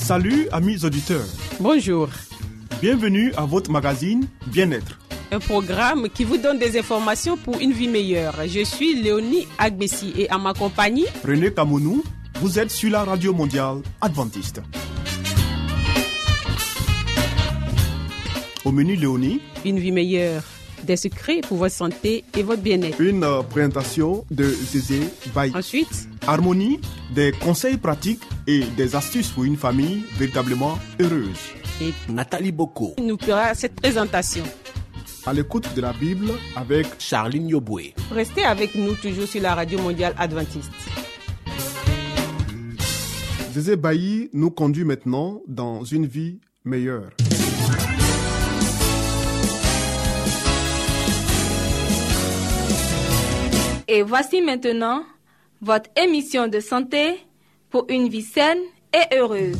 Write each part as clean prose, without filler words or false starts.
Salut amis auditeurs. Bonjour. Bienvenue à votre magazine Bien-être. Un programme qui vous donne des informations pour une vie meilleure. Je suis Léonie Agbessi et à ma compagnie, René Kamounou, vous êtes sur la radio mondiale adventiste. Au menu Léonie, une vie meilleure, des secrets pour votre santé et votre bien-être. Une présentation de Zézé Baye. Ensuite, Harmonie, des conseils pratiques et des astuces pour une famille véritablement heureuse. et Nathalie Boko, nous fera cette présentation. À l'écoute de la Bible avec Charline Yoboué. Restez avec nous toujours sur la radio mondiale adventiste. Zézé Baye nous conduit maintenant dans une vie meilleure. Et voici maintenant votre émission de santé pour une vie saine et heureuse.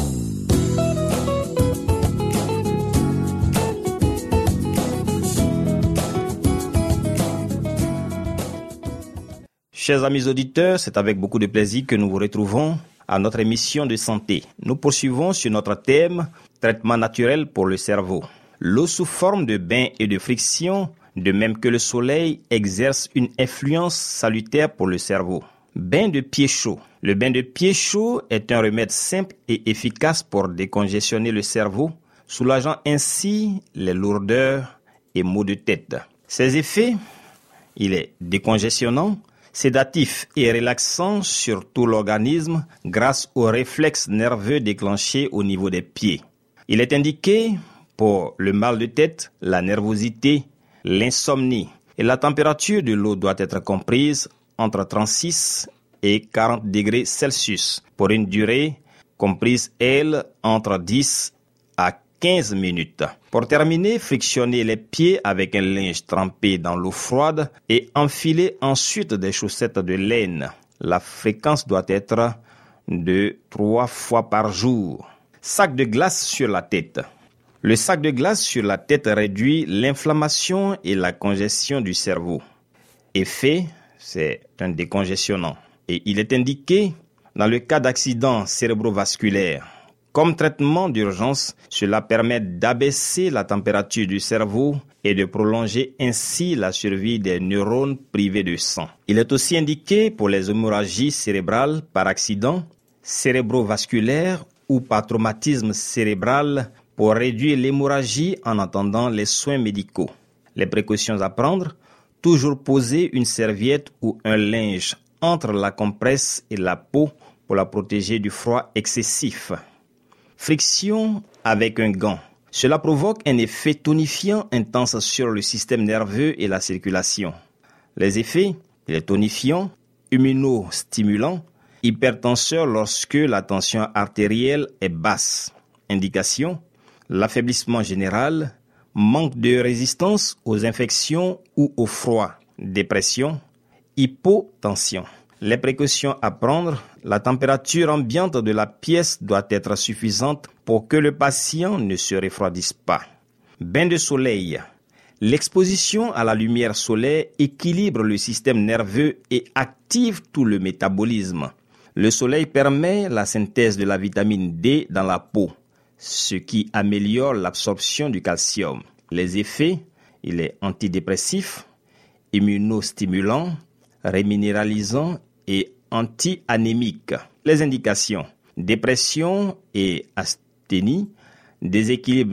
Chers amis auditeurs, c'est avec beaucoup de plaisir que nous vous retrouvons à notre émission de santé. Nous poursuivons sur notre thème « Traitement naturel pour le cerveau ». L'eau sous forme de bain et de friction, de même que le soleil, exerce une influence salutaire pour le cerveau. Bain de pied chaud. Le bain de pied chaud est un remède simple et efficace pour décongestionner le cerveau, soulageant ainsi les lourdeurs et maux de tête. Ses effets, il est décongestionnant, sédatif et relaxant sur tout l'organisme grâce aux réflexes nerveux déclenchés au niveau des pieds. Il est indiqué pour le mal de tête, la nervosité, l'insomnie. Et la température de l'eau doit être comprise entre 36 et 40 degrés Celsius pour une durée comprise, elle, entre 10 à 15 minutes. Pour terminer, frictionnez les pieds avec un linge trempé dans l'eau froide et enfilez ensuite des chaussettes de laine. La fréquence doit être de 3 fois par jour. Sac de glace sur la tête. Le sac de glace sur la tête réduit l'inflammation et la congestion du cerveau. Effet, c'est un décongestionnant. Et il est indiqué dans le cas d'accident cérébrovasculaire. Comme traitement d'urgence, cela permet d'abaisser la température du cerveau et de prolonger ainsi la survie des neurones privés de sang. Il est aussi indiqué pour les hémorragies cérébrales par accident, cérébrovasculaire ou par traumatisme cérébral pour réduire l'hémorragie en attendant les soins médicaux. Les précautions à prendre, toujours poser une serviette ou un linge entre la compresse et la peau pour la protéger du froid excessif. Friction avec un gant. Cela provoque un effet tonifiant intense sur le système nerveux et la circulation. Les effets, il est tonifiant, immunostimulant, hypertenseur lorsque la tension artérielle est basse. Indication, l'affaiblissement général, manque de résistance aux infections ou au froid, dépression, hypotension. Les précautions à prendre, la température ambiante de la pièce doit être suffisante pour que le patient ne se refroidisse pas. Bain de soleil. L'exposition à la lumière solaire équilibre le système nerveux et active tout le métabolisme. Le soleil permet la synthèse de la vitamine D dans la peau, ce qui améliore l'absorption du calcium. Les effets, il est antidépressif, immunostimulant, réminéralisant et anti-anémique. Les indications, dépression et asthénie, déséquilibre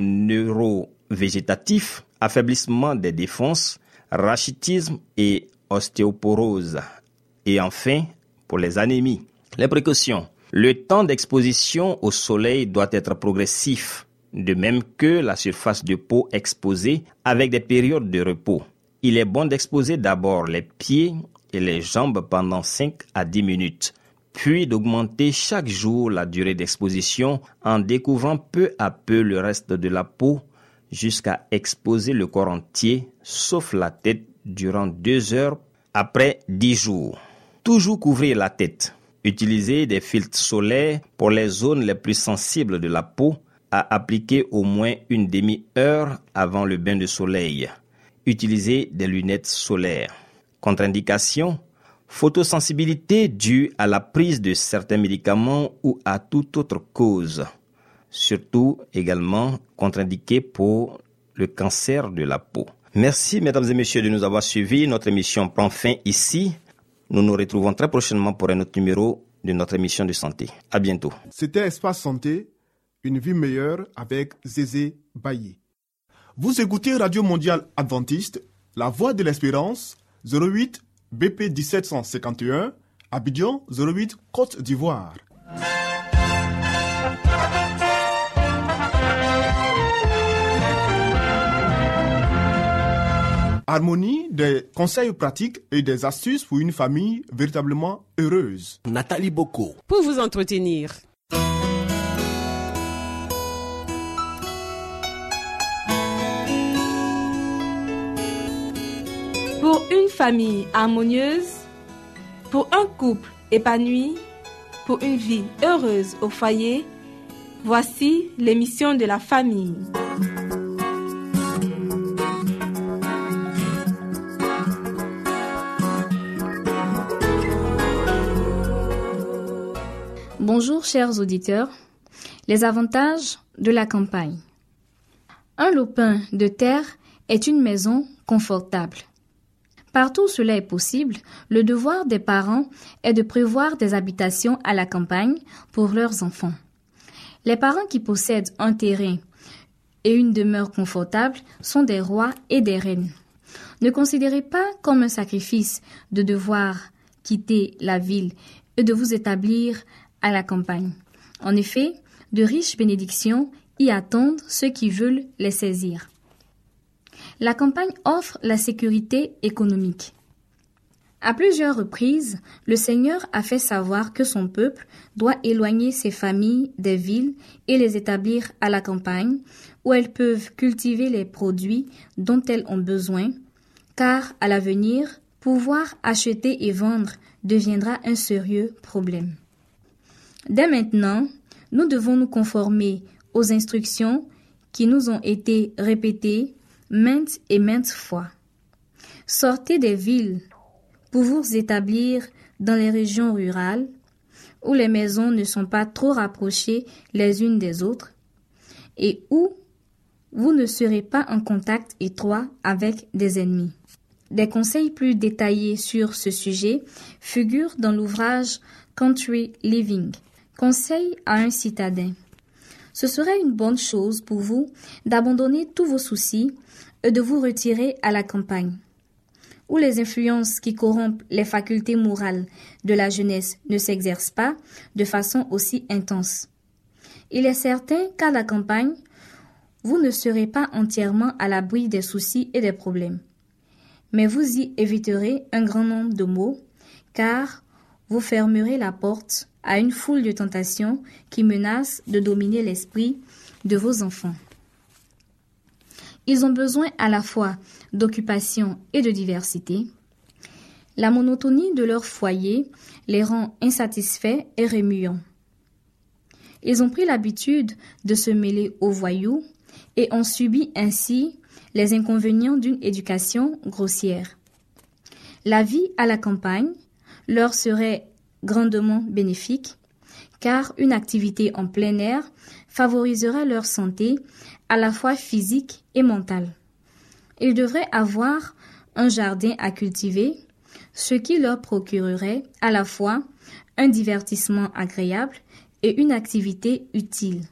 neurovégétatif, affaiblissement des défenses, rachitisme et ostéoporose. Et enfin, pour les anémies. Les précautions. Le temps d'exposition au soleil doit être progressif, de même que la surface de peau exposée avec des périodes de repos. Il est bon d'exposer d'abord les pieds et les jambes pendant 5 à 10 minutes, puis d'augmenter chaque jour la durée d'exposition en découvrant peu à peu le reste de la peau jusqu'à exposer le corps entier, sauf la tête, durant 2 heures après 10 jours. Toujours couvrir la tête. Utilisez des filtres solaires pour les zones les plus sensibles de la peau à appliquer au moins une demi-heure avant le bain de soleil. Utilisez des lunettes solaires. Contre-indication, photosensibilité due à la prise de certains médicaments ou à toute autre cause. surtout également contre-indiqués pour le cancer de la peau. Merci mesdames et messieurs de nous avoir suivis. Notre émission prend fin ici. Nous nous retrouvons très prochainement pour un autre numéro de notre émission de santé. À bientôt. C'était Espace Santé, une vie meilleure avec Zézé Bailly. Vous écoutez Radio Mondiale Adventiste, La Voix de l'Espérance, 08 BP 1751, Abidjan 08 Côte d'Ivoire. Harmonie, des conseils pratiques et des astuces pour une famille véritablement heureuse. Nathalie Boko. Pour vous entretenir. Pour une famille harmonieuse, pour un couple épanoui, pour une vie heureuse au foyer, voici l'émission de la famille. Bonjour chers auditeurs, les avantages de la campagne. Un lopin de terre est une maison confortable. Partout où cela est possible, le devoir des parents est de prévoir des habitations à la campagne pour leurs enfants. Les parents qui possèdent un terrain et une demeure confortable sont des rois et des reines. Ne considérez pas comme un sacrifice de devoir quitter la ville et de vous établir à la campagne. En effet, de riches bénédictions y attendent ceux qui veulent les saisir. La campagne offre la sécurité économique. À plusieurs reprises, le Seigneur a fait savoir que son peuple doit éloigner ses familles des villes et les établir à la campagne, où elles peuvent cultiver les produits dont elles ont besoin, car à l'avenir, pouvoir acheter et vendre deviendra un sérieux problème. Dès maintenant, nous devons nous conformer aux instructions qui nous ont été répétées maintes et maintes fois. Sortez des villes pour vous établir dans les régions rurales où les maisons ne sont pas trop rapprochées les unes des autres et où vous ne serez pas en contact étroit avec des ennemis. Des conseils plus détaillés sur ce sujet figurent dans l'ouvrage Country Living, Conseil à un citadin. Ce serait une bonne chose pour vous d'abandonner tous vos soucis et de vous retirer à la campagne, où les influences qui corrompent les facultés morales de la jeunesse ne s'exercent pas de façon aussi intense. Il est certain qu'à la campagne, vous ne serez pas entièrement à l'abri des soucis et des problèmes, mais vous y éviterez un grand nombre de maux, car vous fermerez la porte à une foule de tentations qui menacent de dominer l'esprit de vos enfants. Ils ont besoin à la fois d'occupation et de diversité. La monotonie de leur foyer les rend insatisfaits et remuants. Ils ont pris l'habitude de se mêler aux voyous et ont subi ainsi les inconvénients d'une éducation grossière. La vie à la campagne leur serait grandement bénéfique, car une activité en plein air favorisera leur santé à la fois physique et mentale. Ils devraient avoir un jardin à cultiver, ce qui leur procurerait à la fois un divertissement agréable et une activité utile.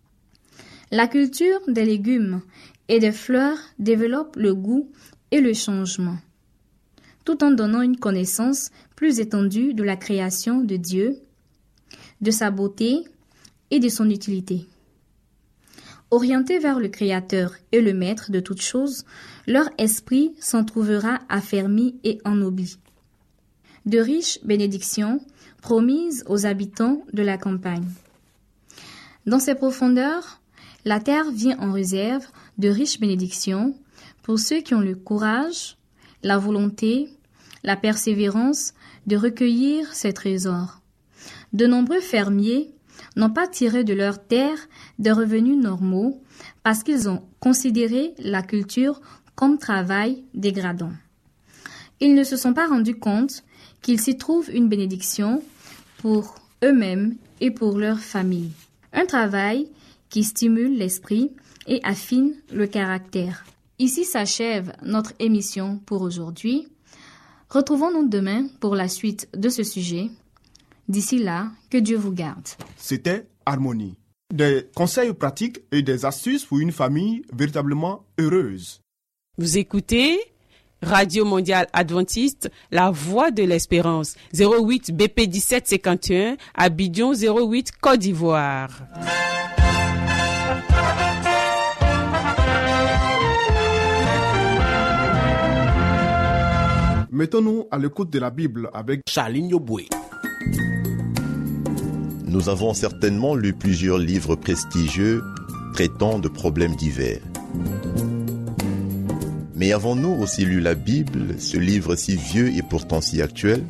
La culture des légumes et des fleurs développe le goût et le changement, tout en donnant une connaissance plus étendue de la création de Dieu, de sa beauté et de son utilité. Orientés vers le Créateur et le Maître de toutes choses, leur esprit s'en trouvera affermi et ennobli. De riches bénédictions promises aux habitants de la campagne. Dans ses profondeurs, la terre vient en réserve de riches bénédictions pour ceux qui ont le courage, la volonté, la persévérance de recueillir ces trésors. De nombreux fermiers n'ont pas tiré de leur terre des revenus normaux parce qu'ils ont considéré la culture comme travail dégradant. Ils ne se sont pas rendus compte qu'ils s'y trouvent une bénédiction pour eux-mêmes et pour leur famille. Un travail qui stimulent l'esprit et affinent le caractère. Ici s'achève notre émission pour aujourd'hui. Retrouvons-nous demain pour la suite de ce sujet. D'ici là, que Dieu vous garde. C'était Harmonie. Des conseils pratiques et des astuces pour une famille véritablement heureuse. Vous écoutez Radio Mondiale Adventiste, la voix de l'espérance, 08 BP 1751, Abidjan 08, Côte d'Ivoire. Mettons-nous à l'écoute de la Bible avec Charline Yoboué. Nous avons certainement lu plusieurs livres prestigieux traitant de problèmes divers. Mais avons-nous aussi lu la Bible, ce livre si vieux et pourtant si actuel?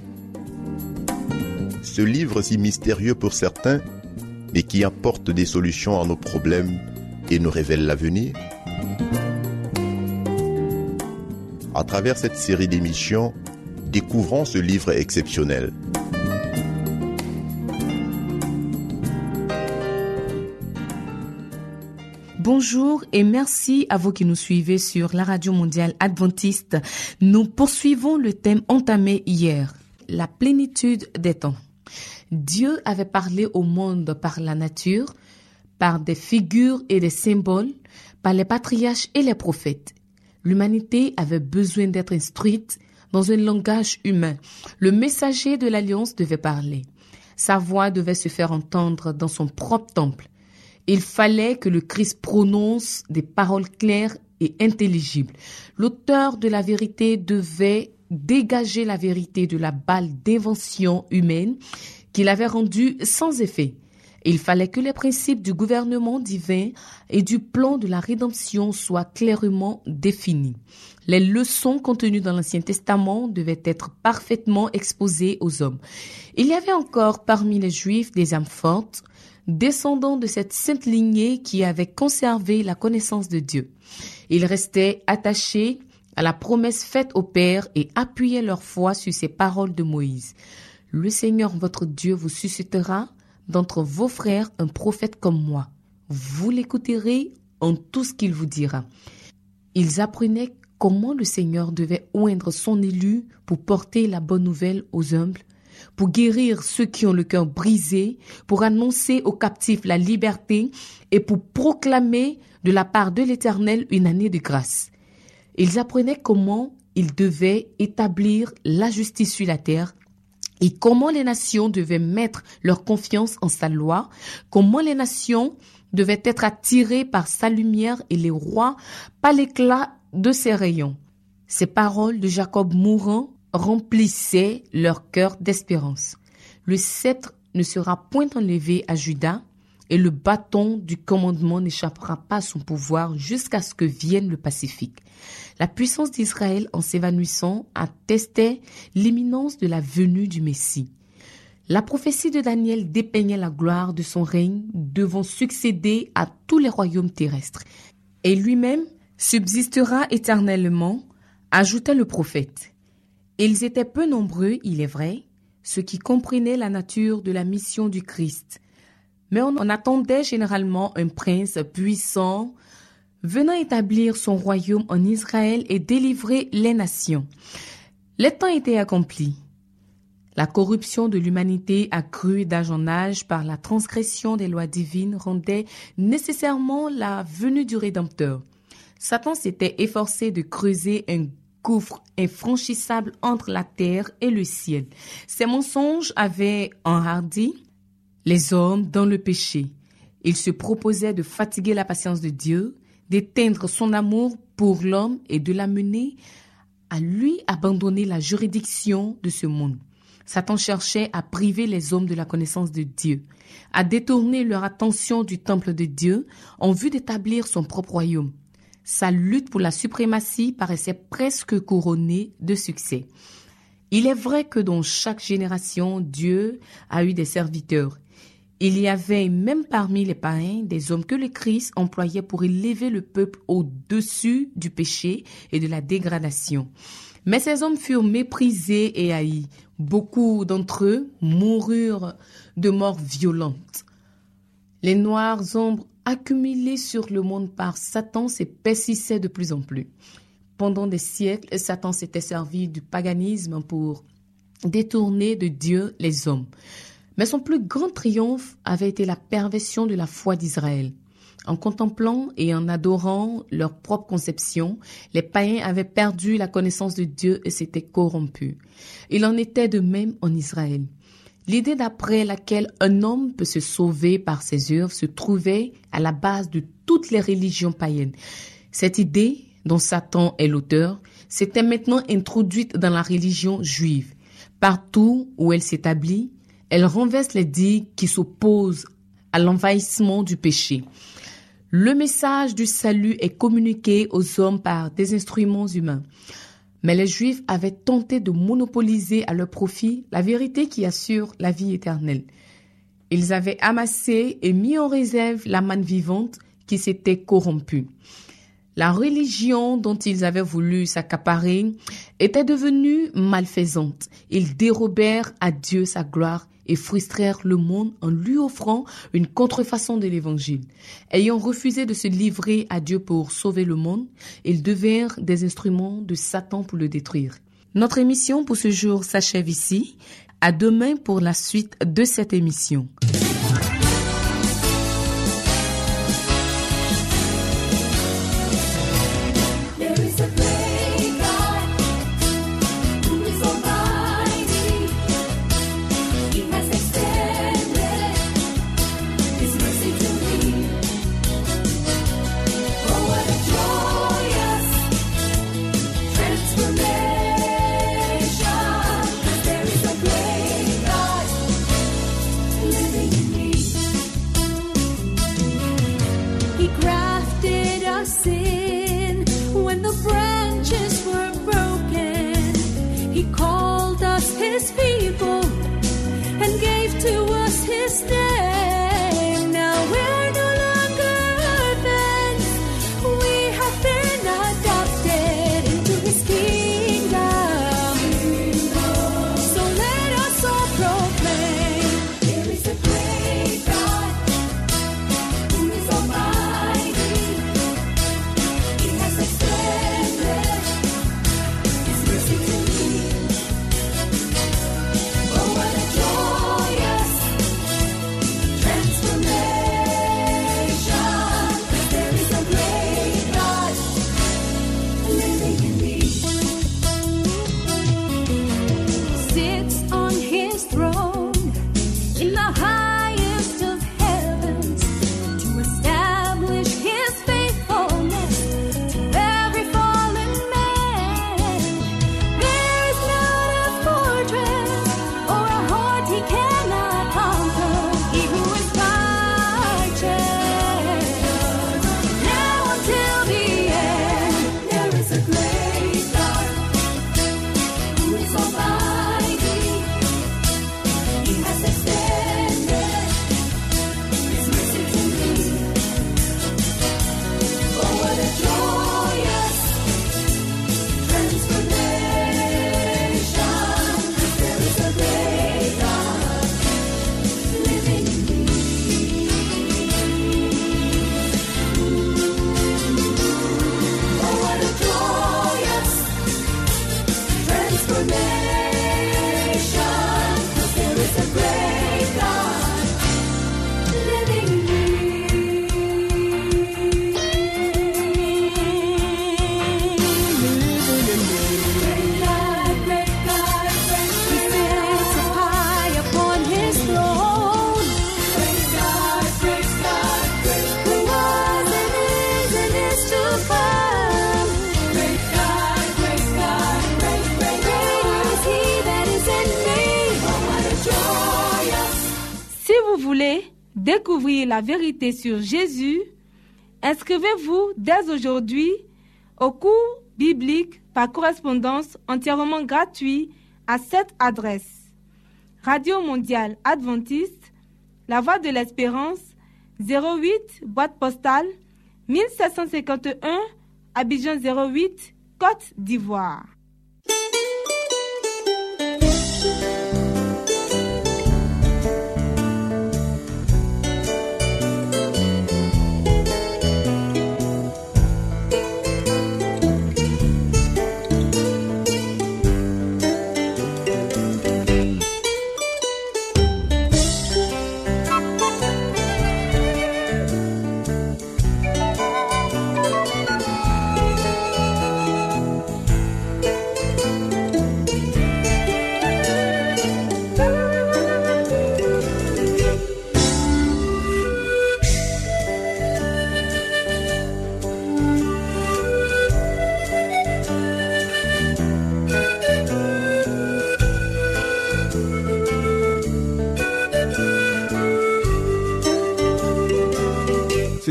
Ce livre si mystérieux pour certains, mais qui apporte des solutions à nos problèmes et nous révèle l'avenir? À travers cette série d'émissions, découvrons ce livre exceptionnel. Bonjour et merci à vous qui nous suivez sur la Radio Mondiale Adventiste. Nous poursuivons le thème entamé hier, la plénitude des temps. Dieu avait parlé au monde par la nature, par des figures et des symboles, par les patriarches et les prophètes. L'humanité avait besoin d'être instruite dans un langage humain. Le messager de l'Alliance devait parler. Sa voix devait se faire entendre dans son propre temple. Il fallait que le Christ prononce des paroles claires et intelligibles. L'auteur de la vérité devait dégager la vérité de la balle d'invention humaine qu'il avait rendue sans effet. Il fallait que les principes du gouvernement divin et du plan de la rédemption soient clairement définis. Les leçons contenues dans l'Ancien Testament devaient être parfaitement exposées aux hommes. Il y avait encore parmi les Juifs des âmes fortes, descendants de cette sainte lignée qui avaient conservé la connaissance de Dieu. Ils restaient attachés à la promesse faite au Père et appuyaient leur foi sur ces paroles de Moïse. Le Seigneur votre Dieu vous suscitera d'entre vos frères un prophète comme moi. Vous l'écouterez en tout ce qu'il vous dira. Ils apprenaient comment le Seigneur devait oindre son élu pour porter la bonne nouvelle aux humbles, pour guérir ceux qui ont le cœur brisé, pour annoncer aux captifs la liberté et pour proclamer de la part de l'Éternel une année de grâce. Ils apprenaient comment ils devaient établir la justice sur la terre et comment les nations devaient mettre leur confiance en sa loi, comment les nations devaient être attirées par sa lumière et les rois par l'éclat de ses rayons. Ces paroles de Jacob mourant remplissaient leur cœur d'espérance. Le sceptre ne sera point enlevé à Juda et le bâton du commandement n'échappera pas à son pouvoir jusqu'à ce que vienne le Pacifique. La puissance d'Israël en s'évanouissant attestait l'imminence de la venue du Messie. La prophétie de Daniel dépeignait la gloire de son règne devant succéder à tous les royaumes terrestres. Et lui-même subsistera éternellement, ajouta le prophète. Ils étaient peu nombreux, il est vrai, ceux qui comprenaient la nature de la mission du Christ. Mais on attendait généralement un prince puissant venant établir son royaume en Israël et délivrer les nations. Les temps étaient accomplis. La corruption de l'humanité accrue d'âge en âge par la transgression des lois divines rendait nécessairement la venue du Rédempteur. Satan s'était efforcé de creuser un gouffre infranchissable entre la terre et le ciel. Ses mensonges avaient enhardi les hommes dans le péché. Il se proposait de fatiguer la patience de Dieu, d'éteindre son amour pour l'homme et de l'amener à lui abandonner la juridiction de ce monde. Satan cherchait à priver les hommes de la connaissance de Dieu, à détourner leur attention du temple de Dieu en vue d'établir son propre royaume. Sa lutte pour la suprématie paraissait presque couronnée de succès. Il est vrai que dans chaque génération, Dieu a eu des serviteurs. Il y avait même parmi les païens des hommes que le Christ employait pour élever le peuple au-dessus du péché et de la dégradation. Mais ces hommes furent méprisés et haïs. Beaucoup d'entre eux moururent de mort violente. Les noires ombres accumulée sur le monde par Satan persistait de plus en plus. Pendant des siècles, Satan s'était servi du paganisme pour détourner de Dieu les hommes. Mais son plus grand triomphe avait été la perversion de la foi d'Israël. En contemplant et en adorant leur propre conception, les païens avaient perdu la connaissance de Dieu et s'étaient corrompus. Il en était de même en Israël. L'idée d'après laquelle un homme peut se sauver par ses œuvres se trouvait à la base de toutes les religions païennes. Cette idée, dont Satan est l'auteur, s'était maintenant introduite dans la religion juive. Partout où elle s'établit, elle renverse les digues qui s'opposent à l'envahissement du péché. Le message du salut est communiqué aux hommes par des instruments humains. Mais les Juifs avaient tenté de monopoliser à leur profit la vérité qui assure la vie éternelle. Ils avaient amassé et mis en réserve la manne vivante qui s'était corrompue. La religion dont ils avaient voulu s'accaparer était devenue malfaisante. Ils dérobèrent à Dieu sa gloire et frustrèrent le monde en lui offrant une contrefaçon de l'évangile. Ayant refusé de se livrer à Dieu pour sauver le monde, ils devinrent des instruments de Satan pour le détruire. Notre émission pour ce jour s'achève ici. À demain pour la suite de cette émission. Découvrir la vérité sur Jésus, inscrivez-vous dès aujourd'hui au cours biblique par correspondance entièrement gratuit à cette adresse. Radio Mondiale Adventiste, La Voix de l'Espérance, 08 boîte postale 1751 Abidjan 08, Côte d'Ivoire.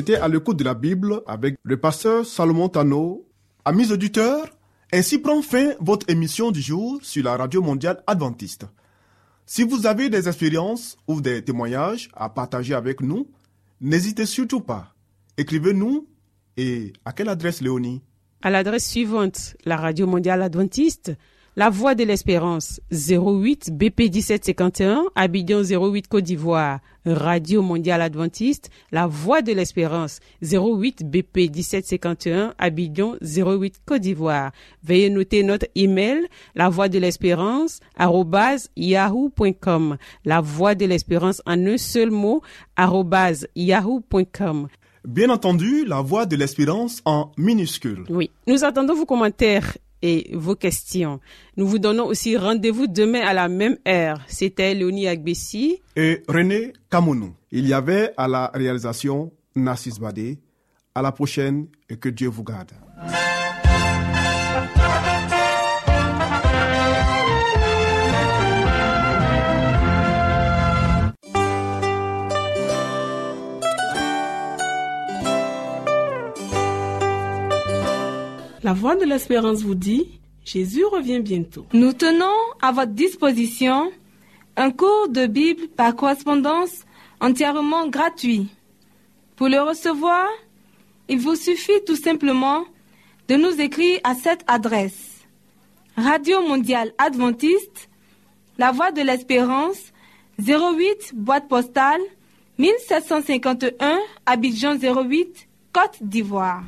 c'était à l'écoute de la Bible avec le pasteur Salomon Tano. Amis auditeurs, ainsi prend fin votre émission du jour sur la Radio Mondiale Adventiste. Si vous avez des expériences ou des témoignages à partager avec nous, n'hésitez surtout pas. Écrivez-nous et à quelle adresse, Léonie? À l'adresse suivante, la Radio Mondiale Adventiste, La Voix de l'Espérance, 08 BP 1751, Abidjan 08 Côte d'Ivoire. Radio Mondiale Adventiste, La Voix de l'Espérance, 08 BP 1751, Abidjan 08 Côte d'Ivoire. Veuillez noter notre email, lavoixdelespérance@yahoo.com. La Voix de l'Espérance en un seul mot, @yahoo.com. Bien entendu, La Voix de l'Espérance en minuscule. Oui, nous attendons vos commentaires et vos questions. Nous vous donnons aussi rendez-vous demain à la même heure. C'était Léonie Agbessi et René Kamounou. Il y avait à la réalisation Narcisse Badé. À la prochaine et que Dieu vous garde. La Voix de l'Espérance vous dit, Jésus revient bientôt. Nous tenons à votre disposition un cours de Bible par correspondance entièrement gratuit. Pour le recevoir, il vous suffit tout simplement de nous écrire à cette adresse. Radio Mondiale Adventiste, La Voix de l'Espérance, 08 boîte postale 1751, Abidjan 08, Côte d'Ivoire.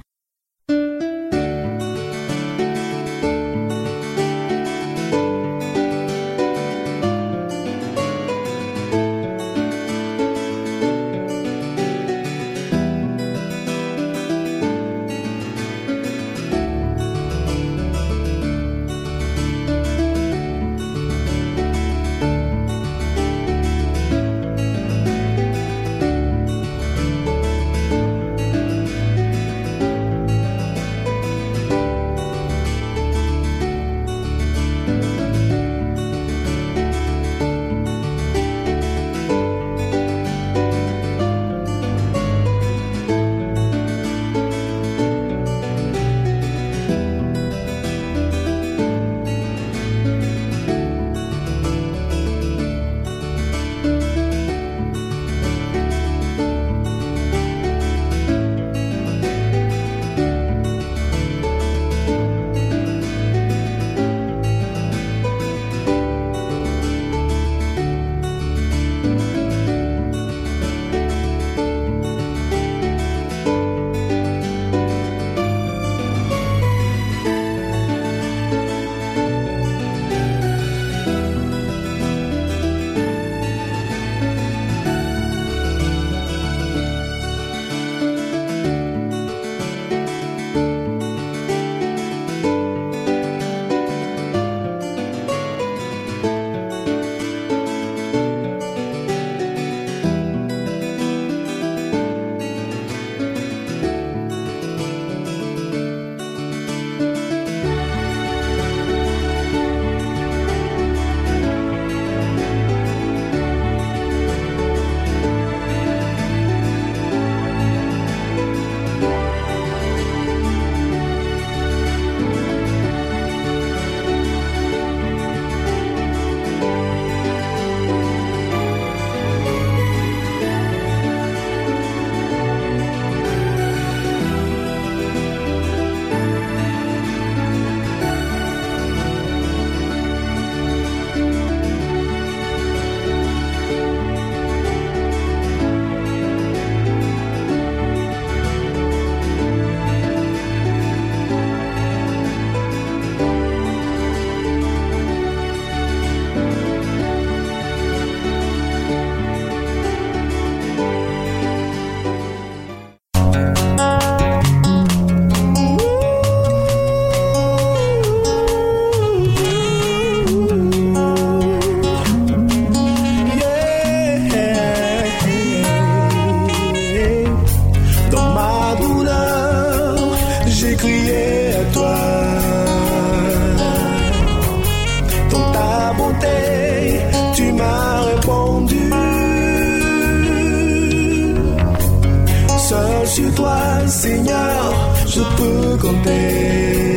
sur toi, Seigneur, je peux compter.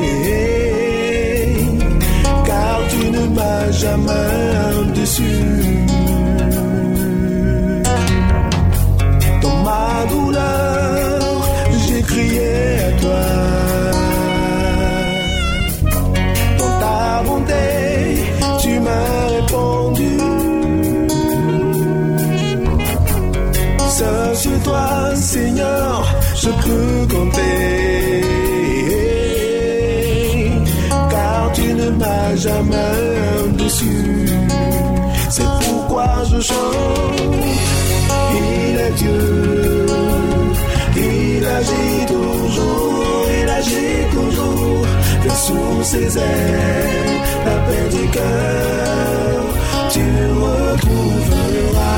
Car tu ne m'as jamais déçu. Dans ma douleur, j'ai crié à toi. Dans ta bonté, tu m'as répondu. Seul sur toi, Seigneur, je peux compter. Car tu ne m'as jamais déçu. C'est pourquoi je chante. Il est Dieu, il agit toujours, il agit toujours. Que sous ses ailes, la paix du cœur, tu retrouveras.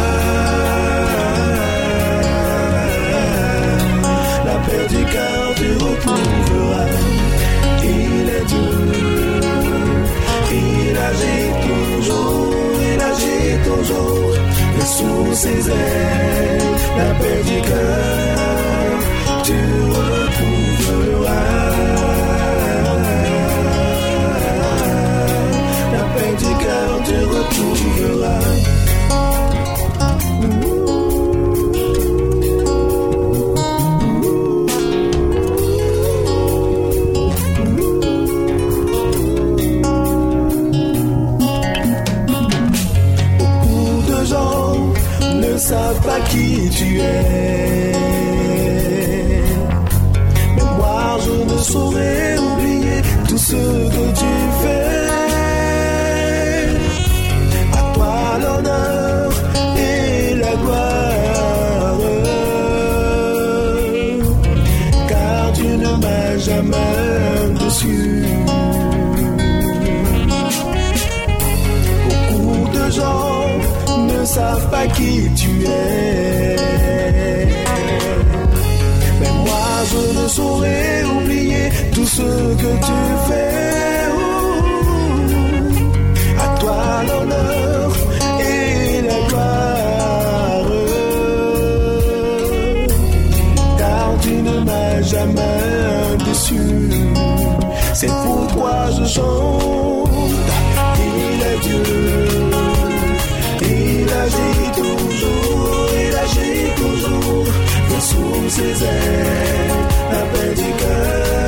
La paix du cœur, tu retrouveras. Il est Dieu, il agit toujours, il agit toujours. Et sous ses ailes, la paix du cœur, tu retrouveras. La paix du cœur, tu retrouveras. Ne savent pas qui tu es. Mais moi je ne saurais oublier tout ce que tu fais. À toi l'honneur et la gloire, car tu ne m'as jamais déçu. Beaucoup de gens ne savent pas qui tu es. Mais moi je ne saurais oublier tout ce que tu fais. À toi l'honneur et la gloire, car tu ne m'as jamais déçu. C'est pourquoi je chante. Il est Dieu, il agit toujours, il agit toujours. Que sous ses ailes, la paix du cœur,